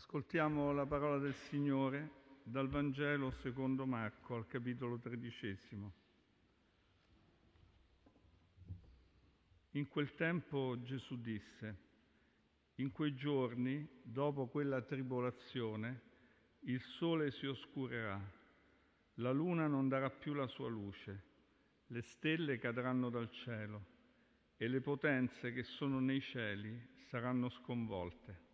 Ascoltiamo la parola del Signore dal Vangelo secondo Marco al capitolo 13. In quel tempo Gesù disse: in quei giorni, dopo quella tribolazione, il sole si oscurerà, la luna non darà più la sua luce, le stelle cadranno dal cielo e le potenze che sono nei cieli saranno sconvolte.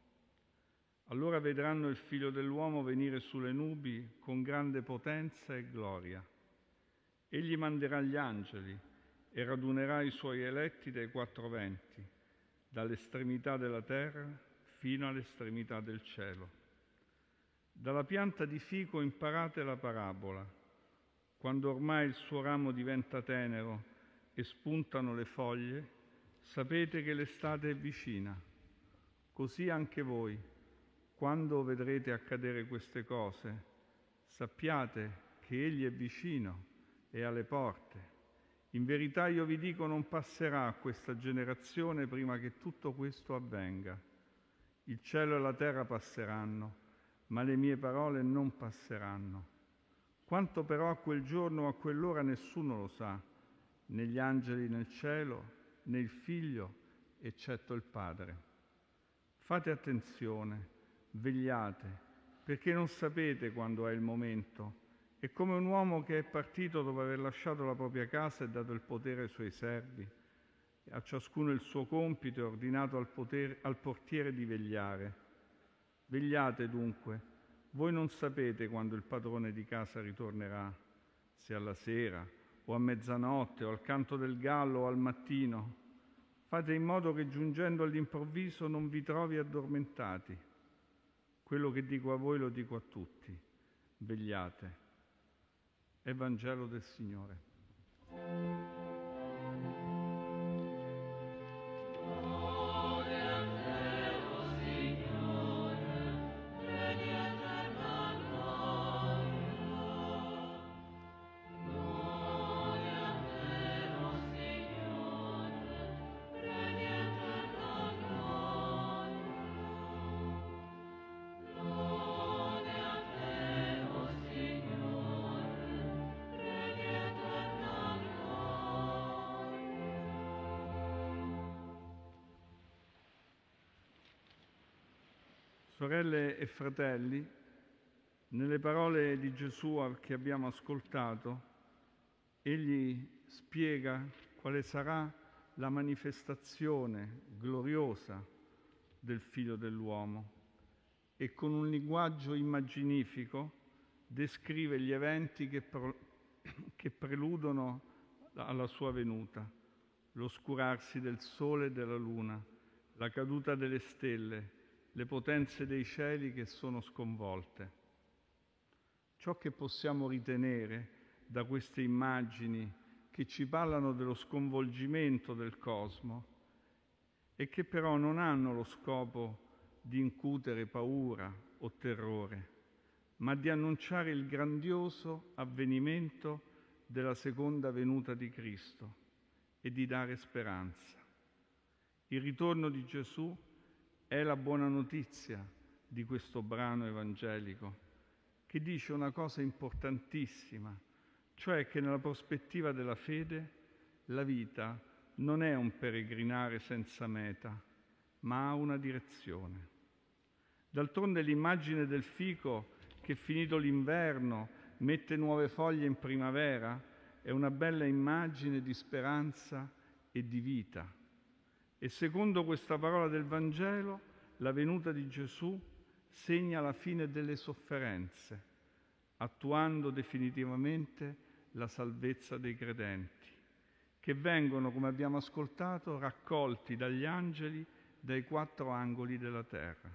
Allora vedranno il Figlio dell'uomo venire sulle nubi con grande potenza e gloria. Egli manderà gli angeli e radunerà i suoi eletti dai quattro venti, dall'estremità della terra fino all'estremità del cielo. Dalla pianta di fico imparate la parabola. Quando ormai il suo ramo diventa tenero e spuntano le foglie, sapete che l'estate è vicina. Così anche voi, quando vedrete accadere queste cose, sappiate che Egli è vicino e alle porte. In verità io vi dico, non passerà questa generazione prima che tutto questo avvenga. Il cielo e la terra passeranno, ma le mie parole non passeranno. Quanto però a quel giorno o a quell'ora nessuno lo sa, né gli angeli nel cielo, né il Figlio, eccetto il Padre. Fate attenzione, vegliate, perché non sapete quando è il momento. È come un uomo che è partito dopo aver lasciato la propria casa e dato il potere ai suoi servi. A ciascuno il suo compito e ordinato al portiere di vegliare. Vegliate dunque, voi non sapete quando il padrone di casa ritornerà, se alla sera o a mezzanotte o al canto del gallo o al mattino. Fate in modo che giungendo all'improvviso non vi trovi addormentati. Quello che dico a voi lo dico a tutti. Vegliate. Evangelo del Signore. Sorelle e fratelli, nelle parole di Gesù che abbiamo ascoltato, egli spiega quale sarà la manifestazione gloriosa del Figlio dell'uomo e con un linguaggio immaginifico descrive gli eventi che preludono alla sua venuta: l'oscurarsi del sole e della luna, la caduta delle stelle, le potenze dei cieli che sono sconvolte. Ciò che possiamo ritenere da queste immagini che ci parlano dello sconvolgimento del cosmo e che però non hanno lo scopo di incutere paura o terrore, ma di annunciare il grandioso avvenimento della seconda venuta di Cristo e di dare speranza. Il ritorno di Gesù è la buona notizia di questo brano evangelico, che dice una cosa importantissima, cioè che nella prospettiva della fede la vita non è un peregrinare senza meta, ma ha una direzione. D'altronde l'immagine del fico che, finito l'inverno, mette nuove foglie in primavera è una bella immagine di speranza e di vita. E secondo questa parola del Vangelo, la venuta di Gesù segna la fine delle sofferenze, attuando definitivamente la salvezza dei credenti, che vengono, come abbiamo ascoltato, raccolti dagli angeli dai quattro angoli della terra.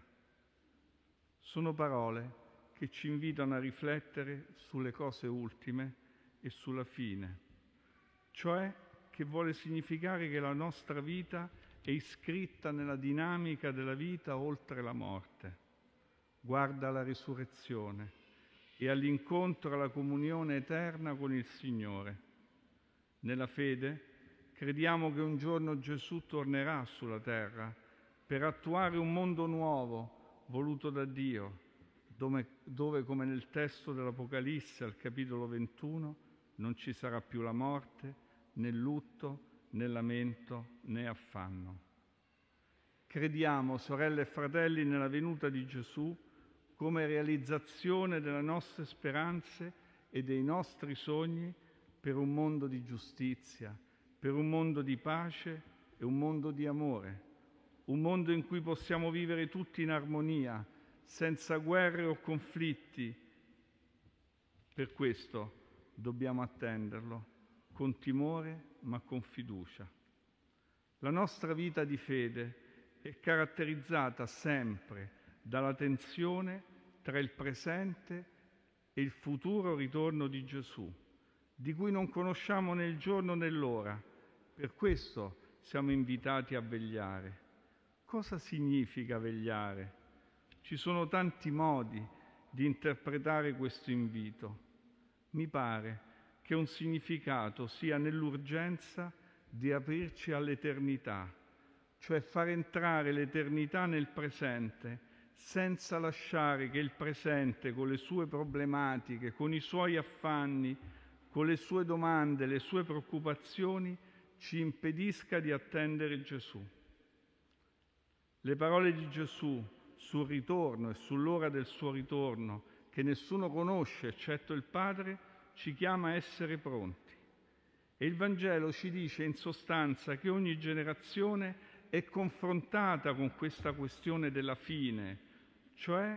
Sono parole che ci invitano a riflettere sulle cose ultime e sulla fine, cioè che vuole significare che la nostra vita è iscritta nella dinamica della vita oltre la morte, guarda alla risurrezione e all'incontro alla comunione eterna con il Signore. Nella fede crediamo che un giorno Gesù tornerà sulla terra per attuare un mondo nuovo, voluto da Dio, dove come nel testo dell'Apocalisse al capitolo 21 non ci sarà più la morte, né lutto, né lamento, né affanno. Crediamo, sorelle e fratelli, nella venuta di Gesù come realizzazione delle nostre speranze e dei nostri sogni per un mondo di giustizia, per un mondo di pace e un mondo di amore, un mondo in cui possiamo vivere tutti in armonia, senza guerre o conflitti. Per questo dobbiamo attenderlo, con timore ma con fiducia. La nostra vita di fede è caratterizzata sempre dalla tensione tra il presente e il futuro ritorno di Gesù, di cui non conosciamo né il giorno né l'ora. Per questo siamo invitati a vegliare. Cosa significa vegliare? Ci sono tanti modi di interpretare questo invito. Mi pare che un significato sia nell'urgenza di aprirci all'eternità, cioè far entrare l'eternità nel presente, senza lasciare che il presente, con le sue problematiche, con i suoi affanni, con le sue domande, le sue preoccupazioni, ci impedisca di attendere Gesù. Le parole di Gesù sul ritorno e sull'ora del suo ritorno, che nessuno conosce eccetto il Padre, ci chiama a essere pronti. E il Vangelo ci dice in sostanza che ogni generazione è confrontata con questa questione della fine, cioè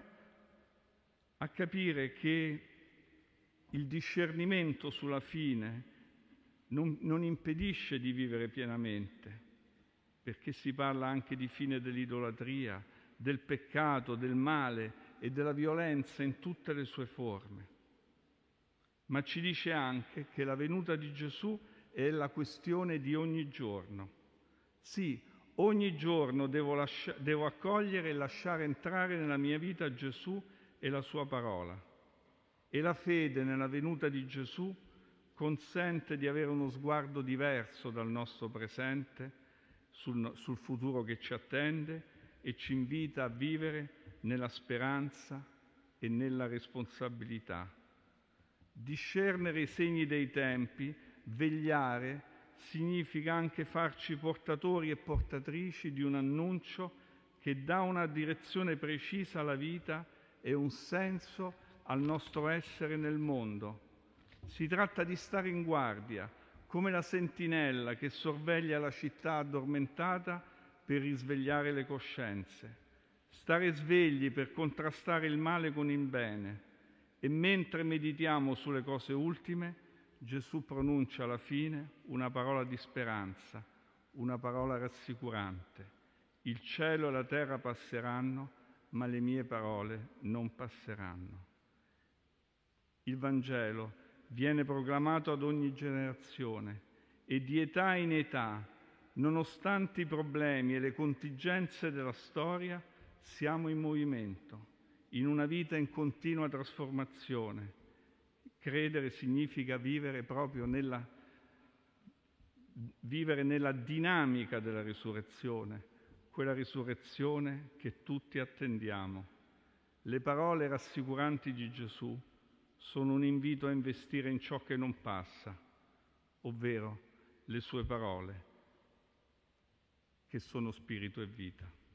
a capire che il discernimento sulla fine non impedisce di vivere pienamente, perché si parla anche di fine dell'idolatria, del peccato, del male e della violenza in tutte le sue forme. Ma ci dice anche che la venuta di Gesù è la questione di ogni giorno. Sì, ogni giorno devo accogliere e lasciare entrare nella mia vita Gesù e la sua parola. E la fede nella venuta di Gesù consente di avere uno sguardo diverso dal nostro presente sul futuro che ci attende e ci invita a vivere nella speranza e nella responsabilità. Discernere i segni dei tempi, vegliare, significa anche farci portatori e portatrici di un annuncio che dà una direzione precisa alla vita e un senso al nostro essere nel mondo. Si tratta di stare in guardia, come la sentinella che sorveglia la città addormentata per risvegliare le coscienze. Stare svegli per contrastare il male con il bene. E mentre meditiamo sulle cose ultime, Gesù pronuncia alla fine una parola di speranza, una parola rassicurante. Il cielo e la terra passeranno, ma le mie parole non passeranno. Il Vangelo viene proclamato ad ogni generazione e di età in età, nonostante i problemi e le contingenze della storia, siamo in movimento, in una vita in continua trasformazione. Credere significa vivere proprio nella dinamica della risurrezione, quella risurrezione che tutti attendiamo. Le parole rassicuranti di Gesù sono un invito a investire in ciò che non passa, ovvero le sue parole, che sono spirito e vita.